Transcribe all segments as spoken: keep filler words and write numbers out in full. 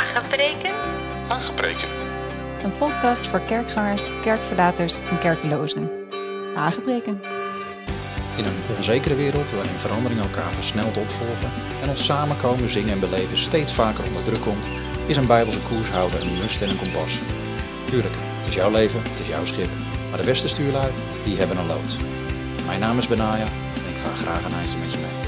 Hagepreken? Hagepreken. Een podcast voor kerkgangers, kerkverlaters en kerklozen. Hagepreken. In een onzekere wereld waarin veranderingen elkaar versneld opvolgen en ons samenkomen, zingen en beleven steeds vaker onder druk komt, is een bijbelse koershouder een must en een kompas. Tuurlijk, het is jouw leven, het is jouw schip, maar de beste stuurlui, die hebben een loods. Mijn naam is Benaya en ik vaar graag een eindje met je mee.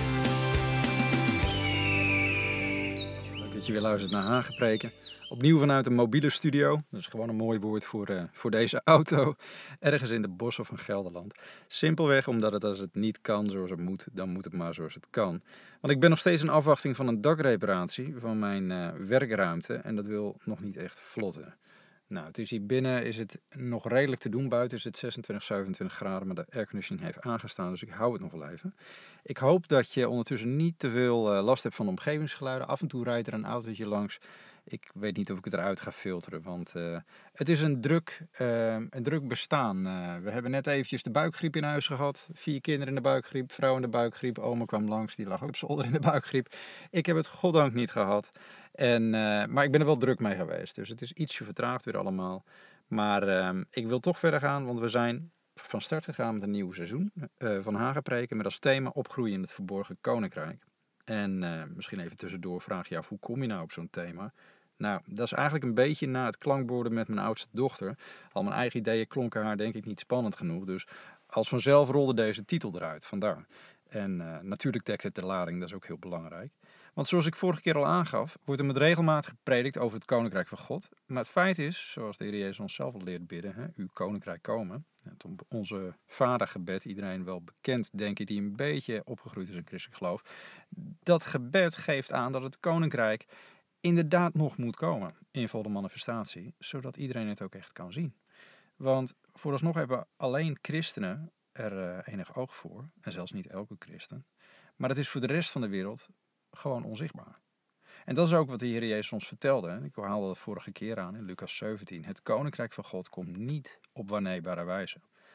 Leuk dat je weer luistert naar Hagepreken. Opnieuw vanuit een mobiele studio, dat is gewoon een mooi woord voor, uh, voor deze auto, ergens in de bossen van Gelderland. Simpelweg omdat het als het niet kan zoals het moet, dan moet het maar zoals het kan. Want ik ben nog steeds in afwachting van een dakreparatie van mijn uh, werkruimte en dat wil nog niet echt vlotten. Nou, het is hier binnen is het nog redelijk te doen. Buiten is het zesentwintig, zevenentwintig graden, maar de airconditioning heeft aangestaan, dus ik hou het nog wel even. Ik hoop dat je ondertussen niet te veel uh, last hebt van de omgevingsgeluiden. Af en toe rijdt er een autootje langs. Ik weet niet of ik het eruit ga filteren, want uh, het is een druk, uh, een druk bestaan. Uh, we hebben net eventjes de buikgriep in huis gehad. Vier kinderen in de buikgriep, vrouw in de buikgriep. Oma kwam langs, die lag ook op zolder in de buikgriep. Ik heb het goddank niet gehad. En, uh, maar ik ben er wel druk mee geweest. Dus het is ietsje vertraagd weer allemaal. Maar uh, ik wil toch verder gaan, want we zijn van start gegaan met een nieuw seizoen uh, van Hagepreken. Met als thema opgroeien in het verborgen koninkrijk. En uh, misschien even tussendoor vraag je af, hoe kom je nou op zo'n thema? Nou, dat is eigenlijk een beetje na het klankborden met mijn oudste dochter. Al mijn eigen ideeën klonken haar denk ik niet spannend genoeg. Dus als vanzelf rolde deze titel eruit, vandaar. En uh, natuurlijk dekt het de lading, dat is ook heel belangrijk. Want zoals ik vorige keer al aangaf, wordt er met regelmaat gepredikt over het koninkrijk van God. Maar het feit is, zoals de Heer Jezus ons zelf al leert bidden, hè, uw koninkrijk komen. Het onze vadergebed, iedereen wel bekend, denk ik, die een beetje opgegroeid is in christelijk geloof. Dat gebed geeft aan dat het koninkrijk inderdaad nog moet komen in volle manifestatie, zodat iedereen het ook echt kan zien. Want vooralsnog hebben alleen christenen er uh, enig oog voor, en zelfs niet elke christen. Maar het is voor de rest van de wereld gewoon onzichtbaar. En dat is ook wat de Heer Jezus ons vertelde. Ik haalde dat vorige keer aan in Lucas zeventien. Het koninkrijk van God komt niet op waarneembare wijze.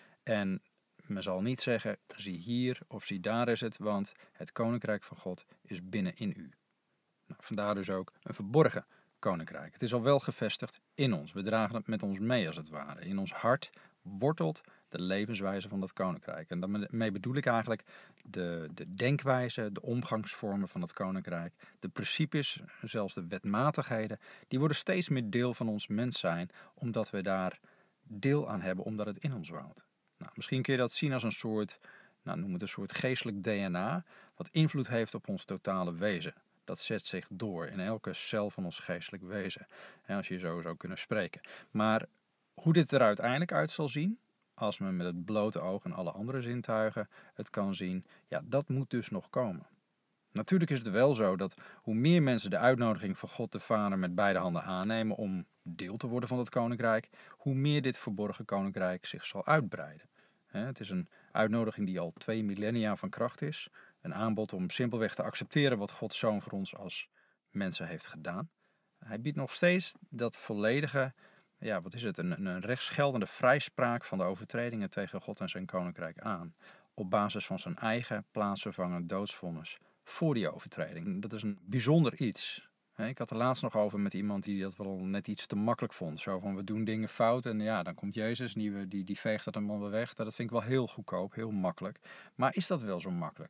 En men zal niet zeggen, zie hier of zie daar is het, want het koninkrijk van God is binnenin u. Nou, vandaar dus ook een verborgen koninkrijk. Het is al wel gevestigd in ons. We dragen het met ons mee als het ware. In ons hart wortelt de levenswijze van dat koninkrijk. En daarmee bedoel ik eigenlijk de, de denkwijze, de omgangsvormen van het koninkrijk. De principes, zelfs de wetmatigheden, die worden steeds meer deel van ons mens zijn, omdat we daar deel aan hebben, omdat het in ons woont. Nou, misschien kun je dat zien als een soort, nou, noem het een soort geestelijk D N A, wat invloed heeft op ons totale wezen. Dat zet zich door in elke cel van ons geestelijk wezen. Hè, als je zo zou kunnen spreken. Maar hoe dit er uiteindelijk uit zal zien, als men met het blote oog en alle andere zintuigen het kan zien, ja, dat moet dus nog komen. Natuurlijk is het wel zo dat hoe meer mensen de uitnodiging van God de Vader met beide handen aannemen om deel te worden van het koninkrijk, hoe meer dit verborgen koninkrijk zich zal uitbreiden. Hè, het is een uitnodiging die al twee millennia van kracht is. Een aanbod om simpelweg te accepteren wat Gods Zoon voor ons als mensen heeft gedaan. Hij biedt nog steeds dat volledige, ja, wat is het, een, een rechtsgeldende vrijspraak van de overtredingen tegen God en zijn koninkrijk aan. Op basis van zijn eigen plaatsvervangend doodsvonnis voor die overtreding. Dat is een bijzonder iets. Ik had er laatst nog over met iemand die dat wel net iets te makkelijk vond. Zo van, we doen dingen fout en ja, dan komt Jezus, die, die, die veegt dat dan wel weg. Dat vind ik wel heel goedkoop, heel makkelijk. Maar is dat wel zo makkelijk?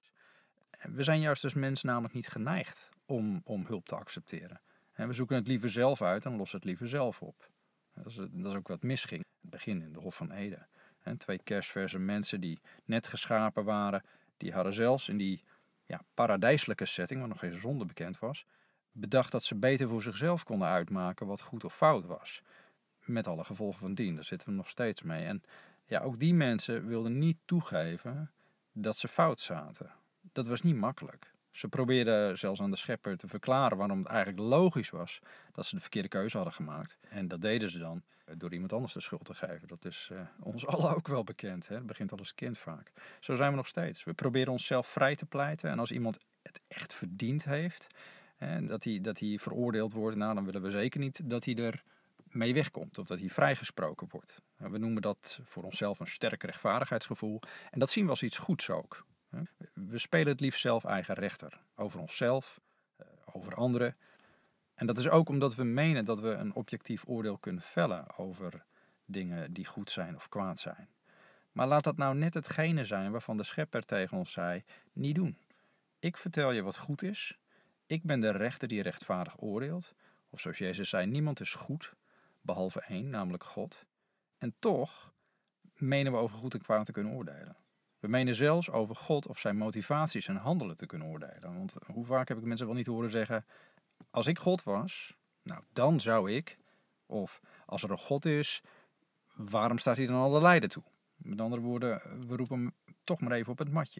We zijn juist als mens namelijk niet geneigd om, om hulp te accepteren. We zoeken het liever zelf uit en lossen het liever zelf op. Dat is, dat is ook wat misging. Het begin in de Hof van Eden. Twee kerstverse mensen die net geschapen waren, die hadden zelfs in die ja, paradijselijke setting, waar nog geen zonde bekend was, bedacht dat ze beter voor zichzelf konden uitmaken wat goed of fout was. Met alle gevolgen van dien, daar zitten we nog steeds mee. En ja, ook die mensen wilden niet toegeven dat ze fout zaten. Dat was niet makkelijk. Ze probeerden zelfs aan de schepper te verklaren waarom het eigenlijk logisch was dat ze de verkeerde keuze hadden gemaakt. En dat deden ze dan door iemand anders de schuld te geven. Dat is uh, ons allen ook wel bekend. Hè? Dat begint al als kind vaak. Zo zijn we nog steeds. We proberen onszelf vrij te pleiten. En als iemand het echt verdiend heeft, hè, dat hij, dat hij veroordeeld wordt, nou, dan willen we zeker niet dat hij er mee wegkomt. Of dat hij vrijgesproken wordt. We noemen dat voor onszelf een sterk rechtvaardigheidsgevoel. En dat zien we als iets goeds ook. We spelen het liefst zelf eigen rechter. Over onszelf, over anderen. En dat is ook omdat we menen dat we een objectief oordeel kunnen vellen over dingen die goed zijn of kwaad zijn. Maar laat dat nou net hetgene zijn waarvan de schepper tegen ons zei, niet doen. Ik vertel je wat goed is. Ik ben de rechter die rechtvaardig oordeelt. Of zoals Jezus zei, niemand is goed, behalve één, namelijk God. En toch menen we over goed en kwaad te kunnen oordelen. We menen zelfs over God of zijn motivaties en handelen te kunnen oordelen. Want hoe vaak heb ik mensen wel niet horen zeggen, als ik God was, nou dan zou ik. Of als er een God is, waarom staat hij dan alle lijden toe? Met andere woorden, we roepen hem toch maar even op het matje.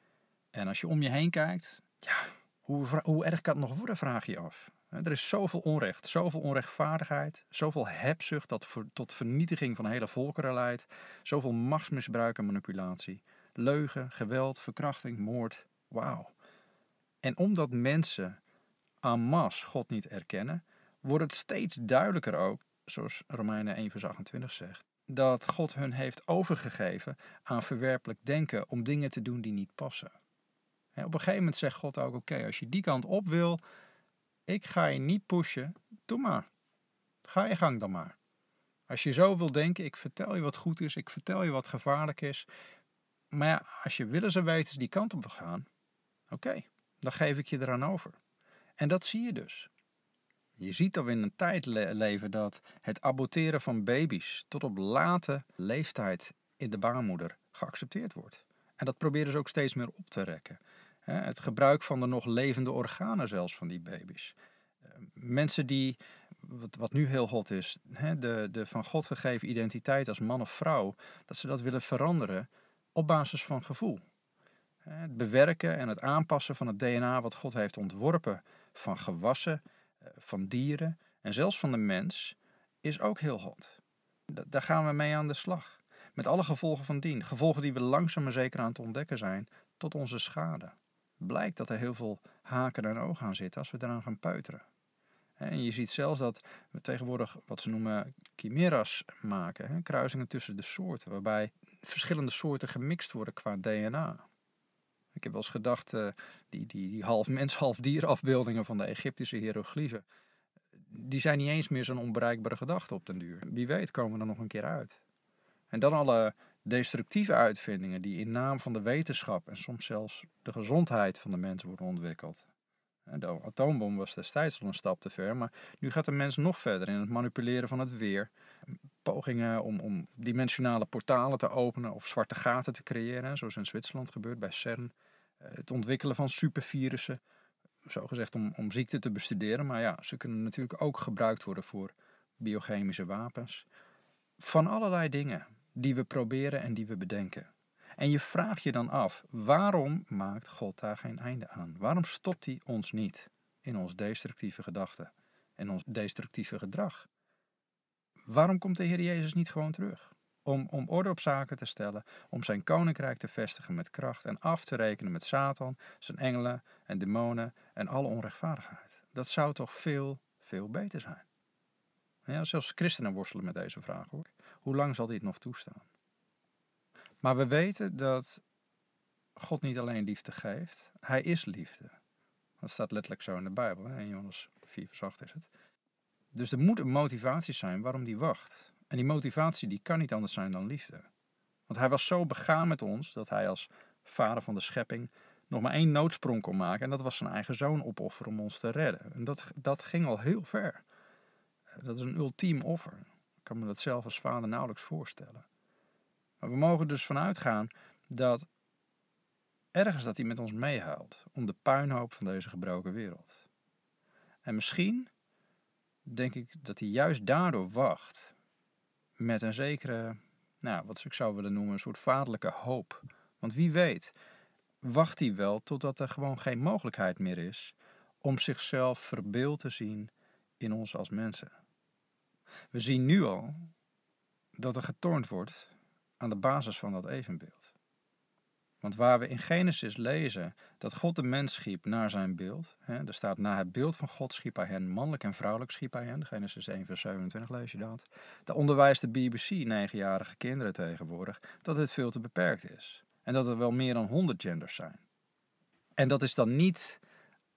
En als je om je heen kijkt, ja, hoe, hoe erg kan het nog worden, vraag je je af. Er is zoveel onrecht, zoveel onrechtvaardigheid, zoveel hebzucht dat voor, tot vernietiging van hele volkeren leidt, zoveel machtsmisbruik en manipulatie, leugen, geweld, verkrachting, moord, wauw. En omdat mensen en masse God niet erkennen, wordt het steeds duidelijker ook, zoals Romeinen één vers achtentwintig zegt, dat God hun heeft overgegeven aan verwerpelijk denken om dingen te doen die niet passen. En op een gegeven moment zegt God ook, oké, okay, als je die kant op wil, ik ga je niet pushen, doe maar. Ga je gang dan maar. Als je zo wil denken, ik vertel je wat goed is, ik vertel je wat gevaarlijk is. Maar ja, als je willens en wetens die kant op wil gaan, oké, okay, dan geef ik je eraan over. En dat zie je dus. Je ziet dat we in een tijd le- leven dat het aborteren van baby's tot op late leeftijd in de baarmoeder geaccepteerd wordt. En dat proberen ze ook steeds meer op te rekken. Het gebruik van de nog levende organen zelfs van die baby's. Mensen die, wat, wat nu heel hot is, de, de van God gegeven identiteit als man of vrouw, dat ze dat willen veranderen op basis van gevoel. Het bewerken en het aanpassen van het D N A wat God heeft ontworpen van gewassen, van dieren en zelfs van de mens is ook heel hot. Daar gaan we mee aan de slag. Met alle gevolgen van dien. Gevolgen die we langzaam maar zeker aan het ontdekken zijn tot onze schade. Blijkt dat er heel veel haken en ogen aan zitten als we eraan gaan peuteren. En je ziet zelfs dat we tegenwoordig wat ze noemen chimeras maken. Hè, kruisingen tussen de soorten. Waarbij verschillende soorten gemixt worden qua D N A. Ik heb wel eens gedacht, uh, die, die, die half mens, half dier afbeeldingen van de Egyptische hiërogliefen. Die zijn niet eens meer zo'n onbereikbare gedachte op den duur. Wie weet komen we er nog een keer uit. En dan alle destructieve uitvindingen die in naam van de wetenschap en soms zelfs de gezondheid van de mensen worden ontwikkeld. De atoombom was destijds al een stap te ver, maar nu gaat de mens nog verder in het manipuleren van het weer. Pogingen om, om dimensionale portalen te openen of zwarte gaten te creëren, zoals in Zwitserland gebeurt bij CERN. Het ontwikkelen van supervirussen, zogezegd om, om ziekte te bestuderen, maar ja, ze kunnen natuurlijk ook gebruikt worden voor biochemische wapens. Van allerlei dingen die we proberen en die we bedenken. En je vraagt je dan af, waarom maakt God daar geen einde aan? Waarom stopt hij ons niet in ons destructieve gedachten en ons destructieve gedrag? Waarom komt de Heer Jezus niet gewoon terug? Om, om orde op zaken te stellen, om zijn koninkrijk te vestigen met kracht en af te rekenen met Satan, zijn engelen en demonen en alle onrechtvaardigheid. Dat zou toch veel, veel beter zijn. Ja, zelfs christenen worstelen met deze vraag hoor. Hoe lang zal hij het nog toestaan? Maar we weten dat God niet alleen liefde geeft, hij is liefde. Dat staat letterlijk zo in de Bijbel, hè? In Johannes vier vers acht is het. Dus er moet een motivatie zijn waarom hij wacht. En die motivatie die kan niet anders zijn dan liefde. Want hij was zo begaan met ons dat hij als vader van de schepping nog maar één noodsprong kon maken. En dat was zijn eigen zoon opofferen om ons te redden. En dat, dat ging al heel ver. Dat is een ultiem offer. Ik kan me dat zelf als vader nauwelijks voorstellen. Maar we mogen dus vanuit gaan dat ergens dat hij met ons meehuilt om de puinhoop van deze gebroken wereld. En misschien denk ik dat hij juist daardoor wacht met een zekere, nou, wat ik zou willen noemen, een soort vaderlijke hoop. Want wie weet, wacht hij wel totdat er gewoon geen mogelijkheid meer is om zichzelf verbeeld te zien in ons als mensen. We zien nu al dat er getornd wordt aan de basis van dat evenbeeld. Want waar we in Genesis lezen dat God de mens schiep naar zijn beeld. Hè, er staat, naar het beeld van God schiep hij hen, mannelijk en vrouwelijk schiep hij hen. Genesis één vers zevenentwintig lees je dat. Daar onderwijst de B B C negenjarige kinderen tegenwoordig dat het veel te beperkt is. En dat er wel meer dan honderd genders zijn. En dat is dan niet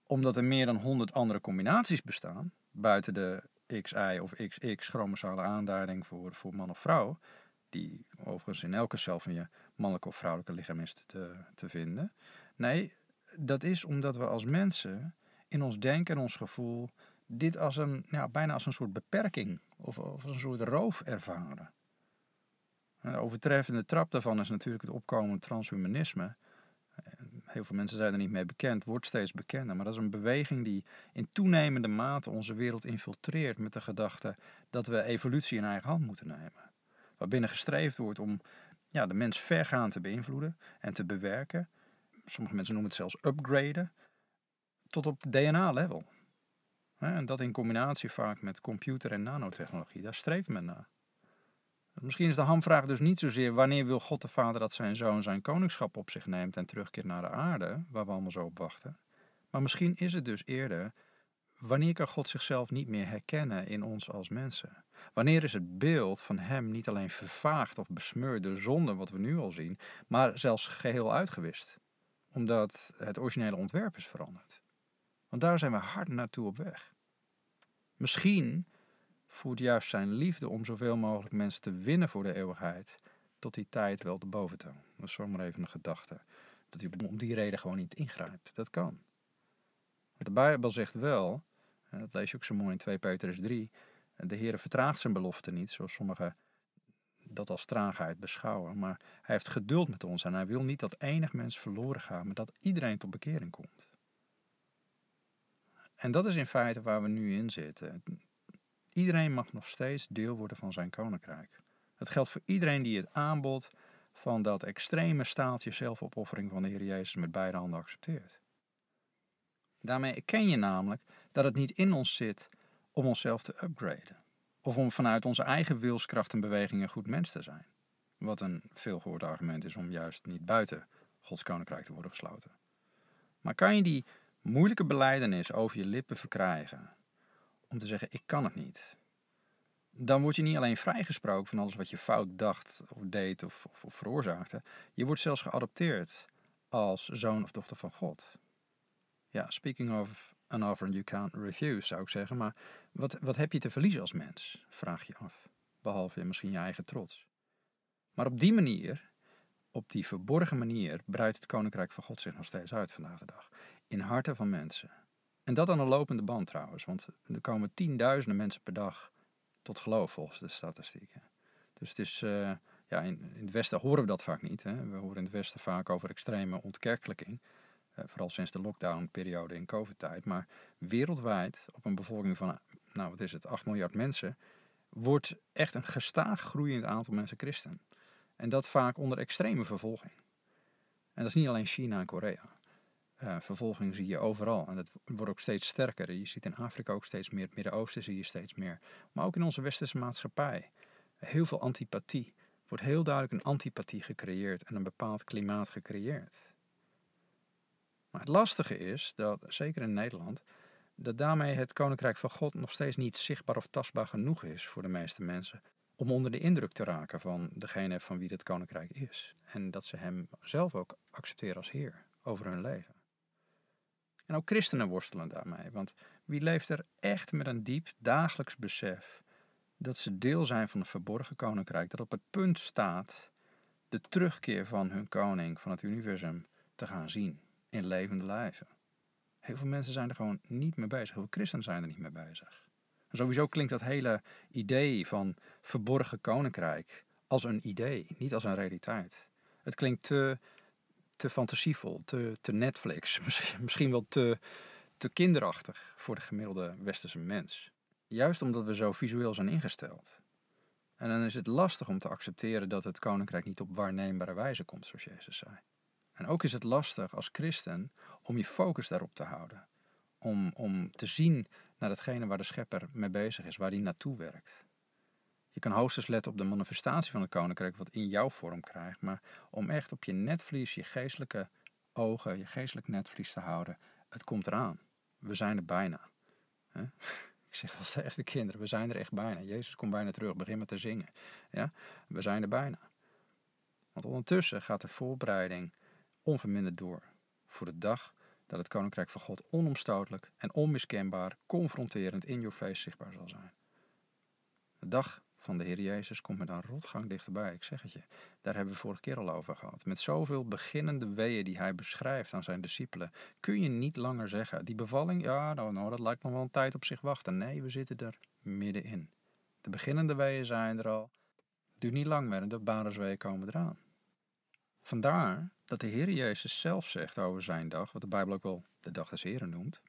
omdat er meer dan honderd andere combinaties bestaan, buiten de X Y of X X chromosomale aanduiding voor, voor man of vrouw, die overigens in elke cel van je mannelijke of vrouwelijke lichaam is te, te vinden. Nee, dat is omdat we als mensen in ons denken en ons gevoel dit als een, ja, bijna als een soort beperking of, of een soort roof ervaren. En de overtreffende trap daarvan is natuurlijk het opkomende transhumanisme. Heel veel mensen zijn er niet mee bekend, wordt steeds bekender. Maar dat is een beweging die in toenemende mate onze wereld infiltreert met de gedachte dat we evolutie in eigen hand moeten nemen. Waarbinnen gestreefd wordt om ja, de mens vergaand te beïnvloeden en te bewerken. Sommige mensen noemen het zelfs upgraden. Tot op D N A-level. En dat in combinatie vaak met computer- en nanotechnologie. Daar streeft men naar. Misschien is de hamvraag dus niet zozeer wanneer wil God de Vader dat zijn zoon zijn koningschap op zich neemt en terugkeert naar de aarde, waar we allemaal zo op wachten. Maar misschien is het dus eerder, wanneer kan God zichzelf niet meer herkennen in ons als mensen? Wanneer is het beeld van hem niet alleen vervaagd of besmeurd door zonde, wat we nu al zien, maar zelfs geheel uitgewist? Omdat het originele ontwerp is veranderd. Want daar zijn we hard naartoe op weg. Misschien voert juist zijn liefde om zoveel mogelijk mensen te winnen voor de eeuwigheid tot die tijd wel de boventoon. Dat is zomaar even een gedachte. Dat hij om die reden gewoon niet ingrijpt. Dat kan. De Bijbel zegt wel, dat lees je ook zo mooi in twee Petrus drie, de Heere vertraagt zijn belofte niet, zoals sommigen dat als traagheid beschouwen. Maar hij heeft geduld met ons en hij wil niet dat enig mens verloren gaat, maar dat iedereen tot bekering komt. En dat is in feite waar we nu in zitten. Iedereen mag nog steeds deel worden van zijn koninkrijk. Dat geldt voor iedereen die het aanbod van dat extreme staaltje zelfopoffering van de Heer Jezus met beide handen accepteert. Daarmee erken je namelijk dat het niet in ons zit om onszelf te upgraden. Of om vanuit onze eigen wilskracht en beweging een goed mens te zijn. Wat een veelgehoord argument is om juist niet buiten Gods koninkrijk te worden gesloten. Maar kan je die moeilijke belijdenis over je lippen verkrijgen om te zeggen, ik kan het niet. Dan word je niet alleen vrijgesproken van alles wat je fout dacht of deed of, of, of veroorzaakte. Je wordt zelfs geadopteerd als zoon of dochter van God. Ja, speaking of an offer you can't refuse, zou ik zeggen. Maar wat, wat heb je te verliezen als mens? Vraag je af. Behalve misschien je eigen trots. Maar op die manier, op die verborgen manier, breidt het koninkrijk van God zich nog steeds uit vandaag de dag. In harten van mensen. En dat aan een lopende band trouwens, want er komen tienduizenden mensen per dag tot geloof volgens de statistieken. Dus het is, uh, ja, in, in het Westen horen we dat vaak niet. Hè. We horen in het Westen vaak over extreme ontkerkelijking, uh, vooral sinds de lockdown-periode in COVID-tijd. Maar wereldwijd, op een bevolking van, nou wat is het, acht miljard mensen, wordt echt een gestaag groeiend aantal mensen christen. En dat vaak onder extreme vervolging. En dat is niet alleen China en Korea. Uh, vervolging zie je overal en dat wordt ook steeds sterker. Je ziet in Afrika ook steeds meer, het Midden-Oosten zie je steeds meer. Maar ook in onze westerse maatschappij. Heel veel antipathie. Er wordt heel duidelijk een antipathie gecreëerd en een bepaald klimaat gecreëerd. Maar het lastige is, dat zeker in Nederland, dat daarmee het koninkrijk van God nog steeds niet zichtbaar of tastbaar genoeg is voor de meeste mensen. Om onder de indruk te raken van degene van wie dit koninkrijk is. En dat ze hem zelf ook accepteren als Heer over hun leven. En ook christenen worstelen daarmee, want wie leeft er echt met een diep dagelijks besef dat ze deel zijn van het verborgen koninkrijk, dat op het punt staat de terugkeer van hun koning, van het universum, te gaan zien in levende lijven. Heel veel mensen zijn er gewoon niet mee bezig, heel veel christenen zijn er niet mee bezig. En sowieso klinkt dat hele idee van verborgen koninkrijk als een idee, niet als een realiteit. Het klinkt te... te fantasievol, te, te Netflix, misschien, misschien wel te, te kinderachtig voor de gemiddelde westerse mens. Juist omdat we zo visueel zijn ingesteld. En dan is het lastig om te accepteren dat het koninkrijk niet op waarneembare wijze komt, zoals Jezus zei. En ook is het lastig als christen om je focus daarop te houden. Om, om te zien naar datgene waar de schepper mee bezig is, waar hij naartoe werkt. Je kan hoogstens letten op de manifestatie van het koninkrijk wat in jouw vorm krijgt. Maar om echt op je netvlies, je geestelijke ogen, je geestelijk netvlies te houden. Het komt eraan. We zijn er bijna. He? Ik zeg wel tegen de kinderen, we zijn er echt bijna. Jezus komt bijna terug, begin maar te zingen. Ja? We zijn er bijna. Want ondertussen gaat de voorbereiding onverminderd door. Voor de dag dat het koninkrijk van God onomstotelijk en onmiskenbaar, confronterend in your face zichtbaar zal zijn. De dag van de Heer Jezus komt met een rotgang dichterbij, ik zeg het je. Daar hebben we vorige keer al over gehad. Met zoveel beginnende weeën die hij beschrijft aan zijn discipelen, kun je niet langer zeggen, die bevalling, ja, nou, nou, dat lijkt nog wel een tijd op zich wachten. Nee, we zitten er middenin. De beginnende weeën zijn er al. Het duurt niet lang meer en de badersweeën komen eraan. Vandaar dat de Heer Jezus zelf zegt over zijn dag, wat de Bijbel ook wel de dag des Heren noemt,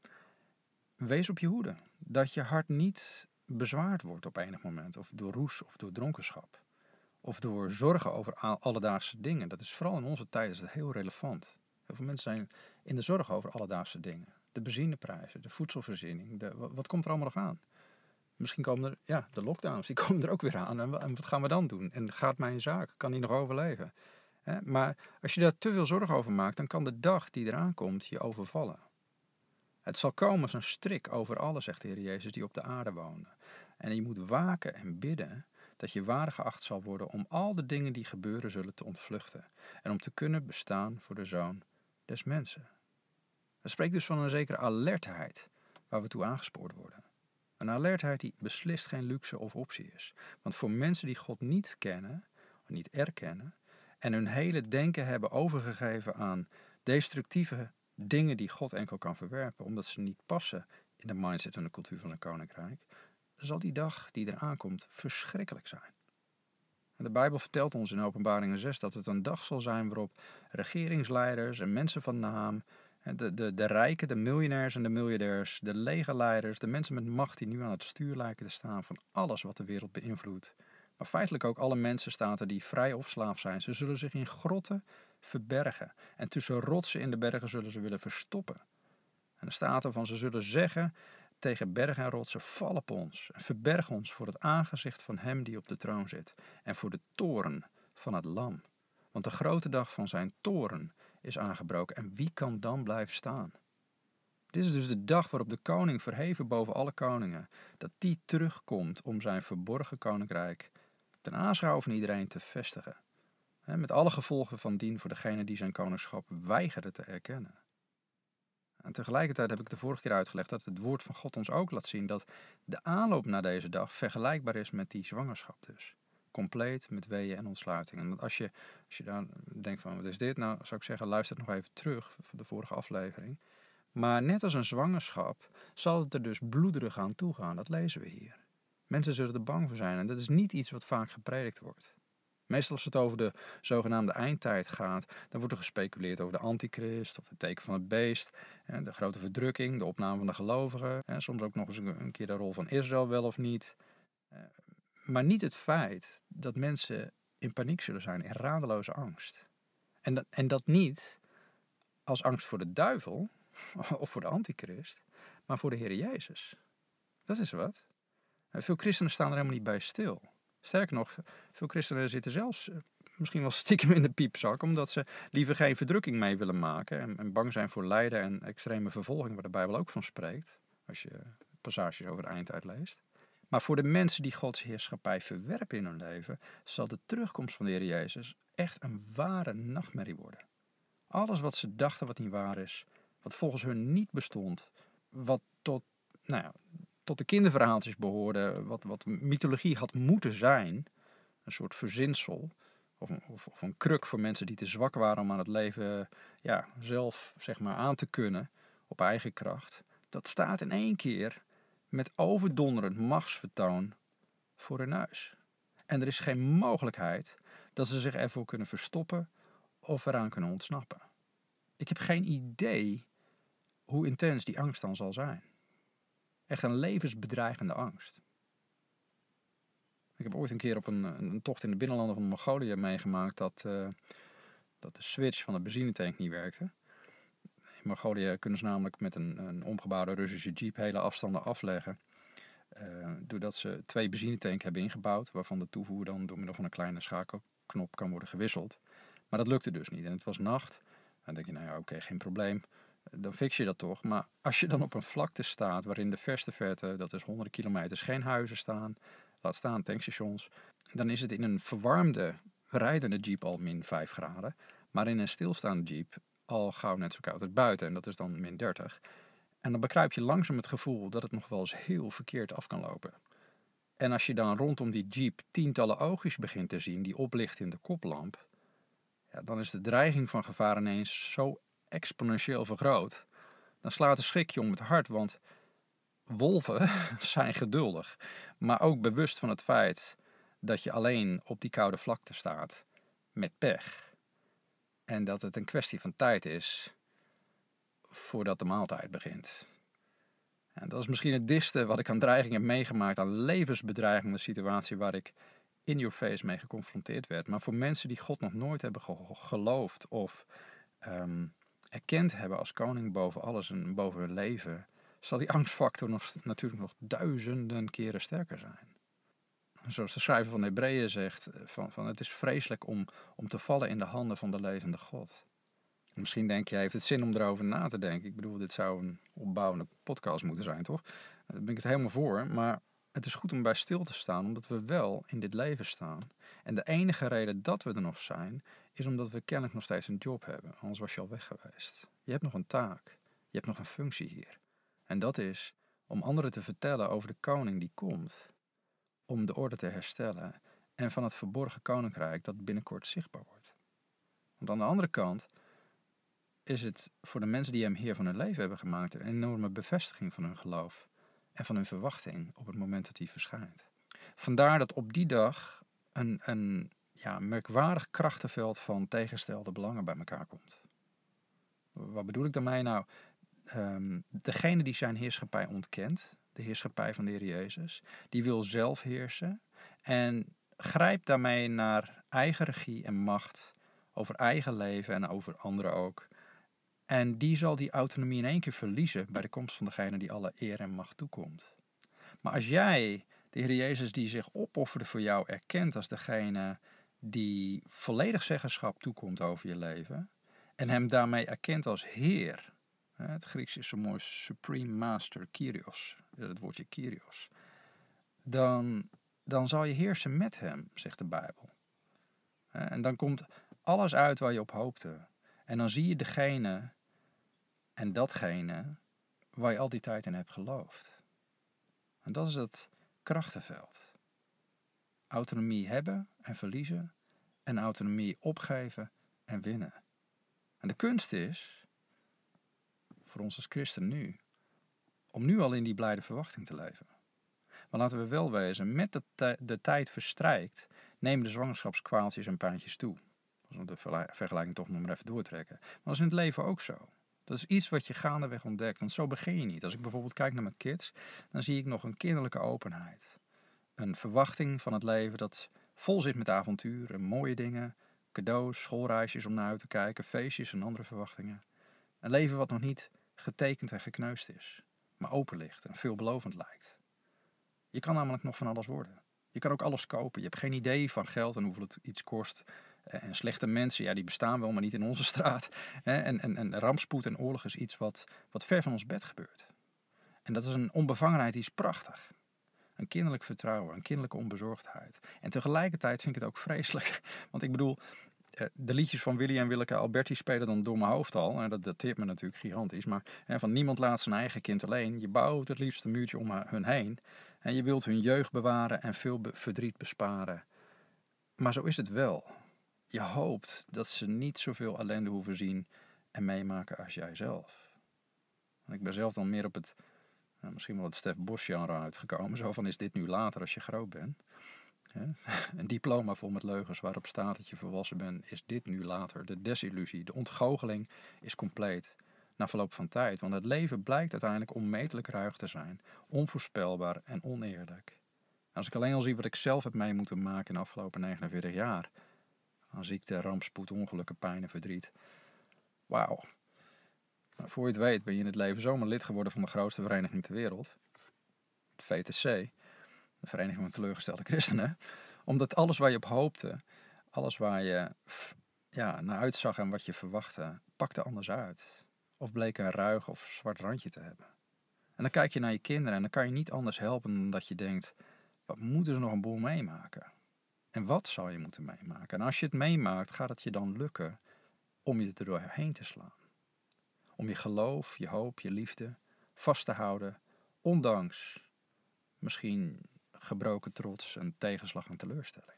wees op je hoede, dat je hart niet bezwaard wordt op enig moment, of door roes of door dronkenschap, of door zorgen over alledaagse dingen. Dat is vooral in onze tijd is dat heel relevant. Heel veel mensen zijn in de zorg over alledaagse dingen. De benzineprijzen, de voedselvoorziening, de, wat komt er allemaal nog aan? Misschien komen er, ja, de lockdowns, die komen er ook weer aan. En wat gaan we dan doen? En gaat mijn zaak? Kan die nog overleven? Maar als je daar te veel zorg over maakt, dan kan de dag die eraan komt je overvallen. Het zal komen als een strik over alle, zegt de Heer Jezus, die op de aarde wonen. En je moet waken en bidden dat je waardig geacht zal worden om al de dingen die gebeuren zullen te ontvluchten. En om te kunnen bestaan voor de Zoon des Mensen. Dat spreekt dus van een zekere alertheid waar we toe aangespoord worden. Een alertheid die beslist geen luxe of optie is. Want voor mensen die God niet kennen, of niet erkennen, en hun hele denken hebben overgegeven aan destructieve dingen die God enkel kan verwerpen, omdat ze niet passen in de mindset en de cultuur van een koninkrijk, zal die dag die eraan komt verschrikkelijk zijn. En de Bijbel vertelt ons in Openbaringen zes dat het een dag zal zijn waarop regeringsleiders en mensen van naam, de, de, de rijken, de miljonairs en de miljardairs, de legerleiders, de mensen met macht die nu aan het stuur lijken te staan van alles wat de wereld beïnvloedt, maar feitelijk ook alle mensen staat er die vrij of slaaf zijn. Ze zullen zich in grotten verbergen. En tussen rotsen in de bergen zullen ze willen verstoppen. En er staat er van, ze zullen zeggen tegen bergen en rotsen, val op ons. En verberg ons voor het aangezicht van hem die op de troon zit. En voor de toren van het lam. Want de grote dag van zijn toren is aangebroken. En wie kan dan blijven staan? Dit is dus de dag waarop de koning, verheven boven alle koningen, dat die terugkomt om zijn verborgen koninkrijk ten aanschouw van iedereen te vestigen. Met alle gevolgen van dien voor degene die zijn koningschap weigeren te erkennen. En tegelijkertijd heb ik de vorige keer uitgelegd dat het woord van God ons ook laat zien dat de aanloop naar deze dag vergelijkbaar is met die zwangerschap dus. Compleet met weeën en ontsluiting. En als je, als je dan denkt van wat is dit? Nou zou ik zeggen luister nog even terug van de vorige aflevering. Maar net als een zwangerschap zal het er dus bloederig aan toegaan. Dat lezen we hier. Mensen zullen er bang voor zijn en dat is niet iets wat vaak gepredikt wordt. Meestal als het over de zogenaamde eindtijd gaat, dan wordt er gespeculeerd over de antichrist of het teken van het beest, de grote verdrukking, de opname van de gelovigen, en soms ook nog eens een keer de rol van Israël wel of niet. Maar niet het feit dat mensen in paniek zullen zijn, in radeloze angst. En dat, en dat niet als angst voor de duivel of voor de antichrist, maar voor de Heer Jezus. Dat is wat. Veel christenen staan er helemaal niet bij stil. Sterker nog, veel christenen zitten zelfs misschien wel stiekem in de piepzak, omdat ze liever geen verdrukking mee willen maken en, en bang zijn voor lijden en extreme vervolging, waar de Bijbel ook van spreekt, als je passages over de eindtijd leest. Maar voor de mensen die Gods heerschappij verwerpen in hun leven, zal de terugkomst van de Heer Jezus echt een ware nachtmerrie worden. Alles wat ze dachten wat niet waar is, wat volgens hun niet bestond, wat tot, nou ja, tot de kinderverhaaltjes behoorde, wat, wat mythologie had moeten zijn, een soort verzinsel, of, of, of een kruk voor mensen die te zwak waren om aan het leven ja, zelf zeg maar, aan te kunnen op eigen kracht. Dat staat in één keer met overdonderend machtsvertoon voor hun neus. En er is geen mogelijkheid dat ze zich ervoor kunnen verstoppen of eraan kunnen ontsnappen. Ik heb geen idee hoe intens die angst dan zal zijn. Echt een levensbedreigende angst. Ik heb ooit een keer op een, een tocht in de binnenlanden van Mongolië meegemaakt dat, uh, dat de switch van de benzinetank niet werkte. In Mongolië kunnen ze namelijk met een, een omgebouwde Russische jeep hele afstanden afleggen. Uh, doordat ze twee benzinetanks hebben ingebouwd, waarvan de toevoer dan door middel van een kleine schakelknop kan worden gewisseld. Maar dat lukte dus niet en het was nacht. Dan denk je, nou ja, oké, okay, geen probleem. Dan fix je dat toch. Maar als je dan op een vlakte staat waarin de verste verte, dat is honderden kilometers, geen huizen staan, laat staan tankstations, dan is het in een verwarmde, rijdende jeep al min vijf graden. Maar in een stilstaande jeep al gauw net zo koud als buiten. En dat is dan min dertig. En dan bekruip je langzaam het gevoel dat het nog wel eens heel verkeerd af kan lopen. En als je dan rondom die jeep tientallen oogjes begint te zien die oplichten in de koplamp, ja, dan is de dreiging van gevaar ineens zo exponentieel vergroot. Dan slaat een schrikje om het hart, want wolven zijn geduldig, maar ook bewust van het feit dat je alleen op die koude vlakte staat met pech. En dat het een kwestie van tijd is voordat de maaltijd begint. En dat is misschien het dichtste wat ik aan dreiging heb meegemaakt, aan levensbedreigende situatie waar ik in your face mee geconfronteerd werd. Maar voor mensen die God nog nooit hebben ge- geloofd of um, erkend hebben als koning boven alles en boven hun leven, zal die angstfactor nog, natuurlijk nog duizenden keren sterker zijn. Zoals de schrijver van de Hebreeën zegt, van, van het is vreselijk om, om te vallen in de handen van de levende God. Misschien denk je, heeft het zin om erover na te denken. Ik bedoel, dit zou een opbouwende podcast moeten zijn, toch? Daar ben ik het helemaal voor. Maar het is goed om bij stil te staan, omdat we wel in dit leven staan. En de enige reden dat we er nog zijn, is omdat we kennelijk nog steeds een job hebben. Anders was je al weg geweest. Je hebt nog een taak. Je hebt nog een functie hier. En dat is om anderen te vertellen over de koning die komt. Om de orde te herstellen. En van het verborgen koninkrijk dat binnenkort zichtbaar wordt. Want aan de andere kant is het voor de mensen die hem Heer van hun leven hebben gemaakt een enorme bevestiging van hun geloof en van hun verwachting op het moment dat hij verschijnt. Vandaar dat op die dag een, een ja, merkwaardig krachtenveld van tegenstelde belangen bij elkaar komt. Wat bedoel ik daarmee? Nou, um, degene die zijn heerschappij ontkent, de heerschappij van de Heer Jezus, die wil zelf heersen en grijpt daarmee naar eigen regie en macht over eigen leven en over anderen ook. En die zal die autonomie in één keer verliezen bij de komst van degene die alle eer en macht toekomt. Maar als jij de Heer Jezus die zich opofferde voor jou erkent als degene die volledig zeggenschap toekomt over je leven en hem daarmee erkent als Heer, het Grieks is zo mooi Supreme Master, Kyrios, het woordje Kyrios, dan, dan zal je heersen met hem, zegt de Bijbel. En dan komt alles uit waar je op hoopte. En dan zie je degene en datgene waar je al die tijd in hebt geloofd. En dat is het krachtenveld. Autonomie hebben en verliezen en autonomie opgeven en winnen. En de kunst is, voor ons als christen nu, om nu al in die blijde verwachting te leven. Maar laten we wel wezen, met de, t- de tijd verstrijkt, nemen de zwangerschapskwaaltjes en pijntjes toe. Als we de vergelijking toch nog maar even doortrekken. Maar dat is in het leven ook zo. Dat is iets wat je gaandeweg ontdekt, want zo begin je niet. Als ik bijvoorbeeld kijk naar mijn kids, dan zie ik nog een kinderlijke openheid. Een verwachting van het leven dat vol zit met avonturen, mooie dingen, cadeaus, schoolreisjes om naar uit te kijken, feestjes en andere verwachtingen. Een leven wat nog niet getekend en gekneusd is, maar open ligt en veelbelovend lijkt. Je kan namelijk nog van alles worden. Je kan ook alles kopen. Je hebt geen idee van geld en hoeveel het iets kost. En slechte mensen, ja, die bestaan wel, maar niet in onze straat. En, en, en rampspoed en oorlog is iets wat, wat ver van ons bed gebeurt. En dat is een onbevangenheid die is prachtig. Een kinderlijk vertrouwen, een kinderlijke onbezorgdheid. En tegelijkertijd vind ik het ook vreselijk. Want ik bedoel, de liedjes van Willy en Willeke Alberti spelen dan door mijn hoofd al. En dat dateert me natuurlijk gigantisch. Maar van niemand laat zijn eigen kind alleen. Je bouwt het liefst een muurtje om hun heen. En je wilt hun jeugd bewaren en veel verdriet besparen. Maar zo is het wel. Je hoopt dat ze niet zoveel ellende hoeven zien en meemaken als jijzelf. En ik ben zelf dan meer op het, nou, misschien wel het Stef Bos genre uitgekomen. Zo van, is dit nu later als je groot bent? Ja? Een diploma vol met leugens waarop staat dat je volwassen bent, is dit nu later. De desillusie, de ontgoocheling is compleet na verloop van tijd. Want het leven blijkt uiteindelijk onmetelijk ruig te zijn, onvoorspelbaar en oneerlijk. Als ik alleen al zie wat ik zelf heb mee moeten maken in de afgelopen negenenveertig jaar. Aan ziekte, rampspoed, ongelukken, pijn en verdriet. Wauw. Nou, voor je het weet ben je in het leven zomaar lid geworden van de grootste vereniging ter wereld. Het V T C. De Vereniging van Teleurgestelde Christenen. Omdat alles waar je op hoopte, alles waar je ja, naar uitzag en wat je verwachtte, pakte anders uit. Of bleek een ruig of zwart randje te hebben. En dan kijk je naar je kinderen en dan kan je niet anders helpen dan dat je denkt, wat moeten ze nog een boel meemaken? En wat zal je moeten meemaken? En als je het meemaakt, gaat het je dan lukken om je er doorheen te slaan? om je geloof, je hoop, je liefde vast te houden, ondanks misschien gebroken trots en tegenslag en teleurstelling.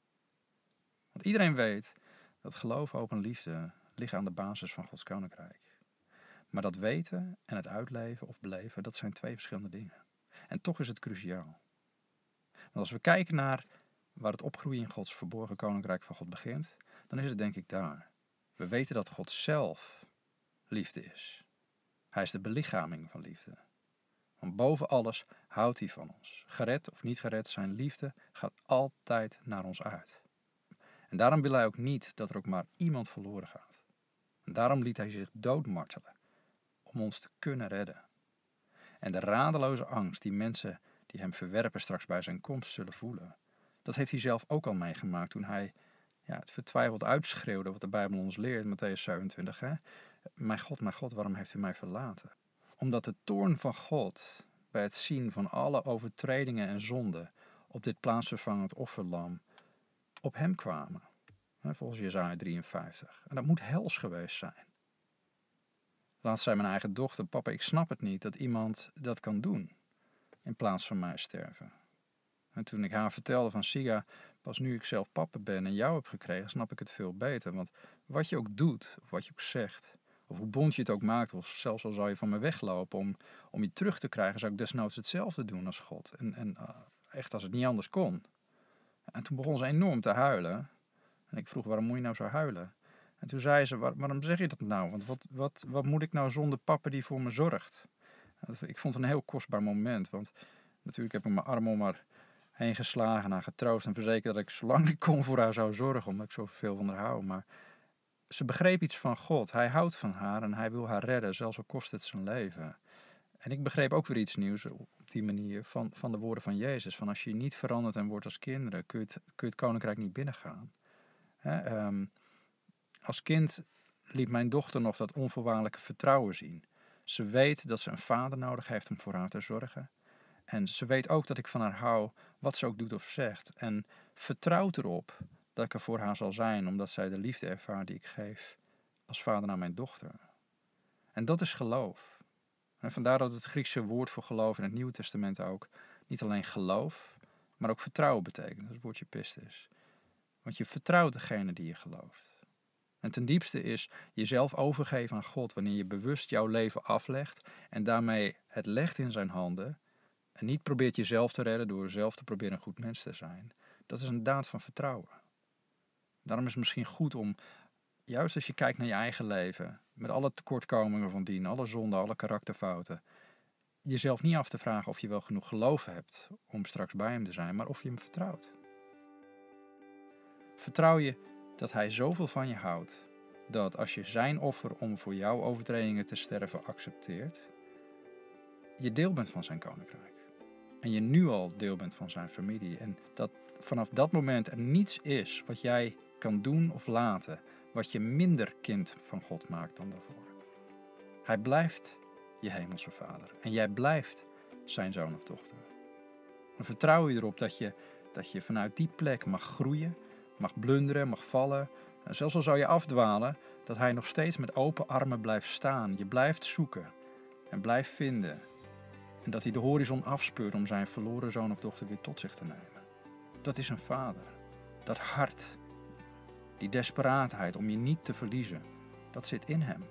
Want iedereen weet dat geloof, hoop en liefde liggen aan de basis van Gods koninkrijk. Maar dat weten en het uitleven of beleven, dat zijn twee verschillende dingen. En toch is het cruciaal. Want als we kijken naar waar het opgroeien in Gods verborgen koninkrijk van God begint, dan is het denk ik daar. We weten dat God zelf liefde is. Hij is de belichaming van liefde. Want boven alles houdt hij van ons. Gered of niet gered, zijn liefde gaat altijd naar ons uit. En daarom wil hij ook niet dat er ook maar iemand verloren gaat. En daarom liet hij zich doodmartelen om ons te kunnen redden. En de radeloze angst die mensen die hem verwerpen straks bij zijn komst zullen voelen, dat heeft hij zelf ook al meegemaakt toen hij ja, het vertwijfeld uitschreeuwde wat de Bijbel ons leert, Mattheüs zevenentwintig. Hè? Mijn God, mijn God, waarom heeft u mij verlaten? Omdat de toorn van God bij het zien van alle overtredingen en zonden op dit plaatsvervangend offerlam op hem kwamen. Volgens Jesaja drieënvijftig. En dat moet hels geweest zijn. Laatst zei mijn eigen dochter, papa, ik snap het niet dat iemand dat kan doen in plaats van mij sterven. En toen ik haar vertelde van Siga, pas nu ik zelf papa ben en jou heb gekregen, snap ik het veel beter. Want wat je ook doet, of wat je ook zegt, of hoe bond je het ook maakt, of zelfs al zou je van me weglopen om, om je terug te krijgen, zou ik desnoods hetzelfde doen als God. En, en uh, echt als het niet anders kon. En toen begon ze enorm te huilen. En ik vroeg, waarom moet je nou zo huilen? En toen zei ze, Waar, waarom zeg je dat nou? Want wat, wat, wat moet ik nou zonder papa die voor me zorgt? Ik vond het een heel kostbaar moment. Want natuurlijk heb ik mijn arm om haar heen geslagen, haar getroost en verzekerd dat ik zolang ik kon voor haar zou zorgen, omdat ik zoveel van haar hou. Maar ze begreep iets van God. Hij houdt van haar en hij wil haar redden, zelfs al kost het zijn leven. En ik begreep ook weer iets nieuws op die manier van, van de woorden van Jezus. Van als je niet verandert en wordt als kinderen, kun je het, kun je het koninkrijk niet binnengaan. He, um, als kind liet mijn dochter nog dat onvoorwaardelijke vertrouwen zien. Ze weet dat ze een vader nodig heeft om voor haar te zorgen. En ze weet ook dat ik van haar hou, wat ze ook doet of zegt. En vertrouwt erop dat ik er voor haar zal zijn, omdat zij de liefde ervaart die ik geef als vader naar mijn dochter. En dat is geloof. En vandaar dat het Griekse woord voor geloof in het Nieuwe Testament ook niet alleen geloof, maar ook vertrouwen betekent. Dat is het woordje pistis. Want je vertrouwt degene die je gelooft. En ten diepste is jezelf overgeven aan God wanneer je bewust jouw leven aflegt en daarmee het legt in zijn handen en niet probeert jezelf te redden door zelf te proberen een goed mens te zijn. Dat is een daad van vertrouwen. Daarom is het misschien goed om, juist als je kijkt naar je eigen leven, met alle tekortkomingen van dien, alle zonden, alle karakterfouten, jezelf niet af te vragen of je wel genoeg geloof hebt om straks bij hem te zijn, maar of je hem vertrouwt. Vertrouw je dat hij zoveel van je houdt, dat als je zijn offer om voor jouw overtredingen te sterven accepteert, je deel bent van zijn koninkrijk. En je nu al deel bent van zijn familie. En dat vanaf dat moment er niets is wat jij kan doen of laten, wat je minder kind van God maakt dan dat hoor. Hij blijft je hemelse vader. En jij blijft zijn zoon of dochter. Dan vertrouw je erop dat je, dat je vanuit die plek mag groeien, mag blunderen, mag vallen. En zelfs al zou je afdwalen, dat hij nog steeds met open armen blijft staan. Je blijft zoeken en blijft vinden. En dat hij de horizon afspeurt om zijn verloren zoon of dochter weer tot zich te nemen. Dat is een vader. Dat hart, die desperaatheid om je niet te verliezen, dat zit in hem.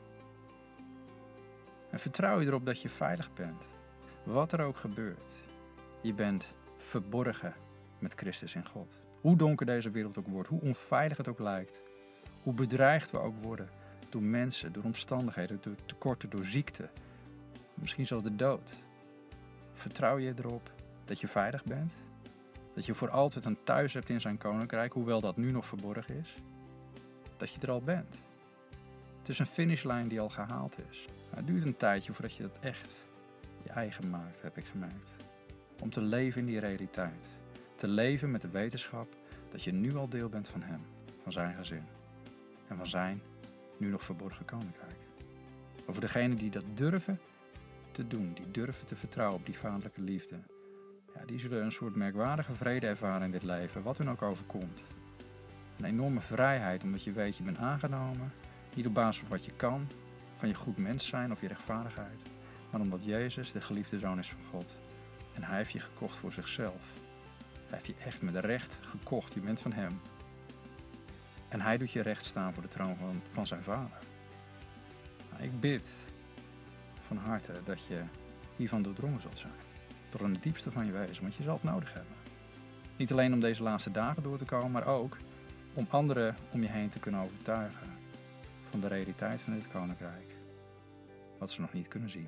En vertrouw je erop dat je veilig bent. Wat er ook gebeurt. Je bent verborgen met Christus in God. Hoe donker deze wereld ook wordt, hoe onveilig het ook lijkt. Hoe bedreigd we ook worden door mensen, door omstandigheden, door tekorten, door ziekte. Misschien zelfs de dood. Vertrouw je erop dat je veilig bent? Dat je voor altijd een thuis hebt in zijn koninkrijk, hoewel dat nu nog verborgen is? Dat je er al bent. Het is een finishlijn die al gehaald is. Maar het duurt een tijdje voordat je dat echt je eigen maakt, heb ik gemerkt. Om te leven in die realiteit. Te leven met de wetenschap dat je nu al deel bent van hem, van zijn gezin. En van zijn nu nog verborgen koninkrijk. Maar voor degenen die dat durven te doen, die durven te vertrouwen op die vaderlijke liefde, ja, die zullen een soort merkwaardige vrede ervaren in dit leven, wat hun ook overkomt. Een enorme vrijheid, omdat je weet je bent aangenomen, niet op basis van wat je kan, van je goed mens zijn of je rechtvaardigheid, maar omdat Jezus de geliefde Zoon is van God. En hij heeft je gekocht voor zichzelf. Hij heeft je echt met recht gekocht, je bent van hem. En hij doet je recht staan voor de troon van, van zijn Vader. Nou, ik bid van harte dat je hiervan doordrongen zult zijn. Tot in het diepste van je wezen, want je zal het nodig hebben. Niet alleen om deze laatste dagen door te komen, maar ook om anderen om je heen te kunnen overtuigen van de realiteit van dit koninkrijk. Wat ze nog niet kunnen zien.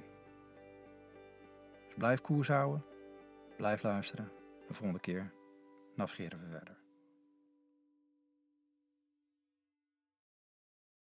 Dus blijf koers houden, blijf luisteren. De volgende keer navigeren we verder.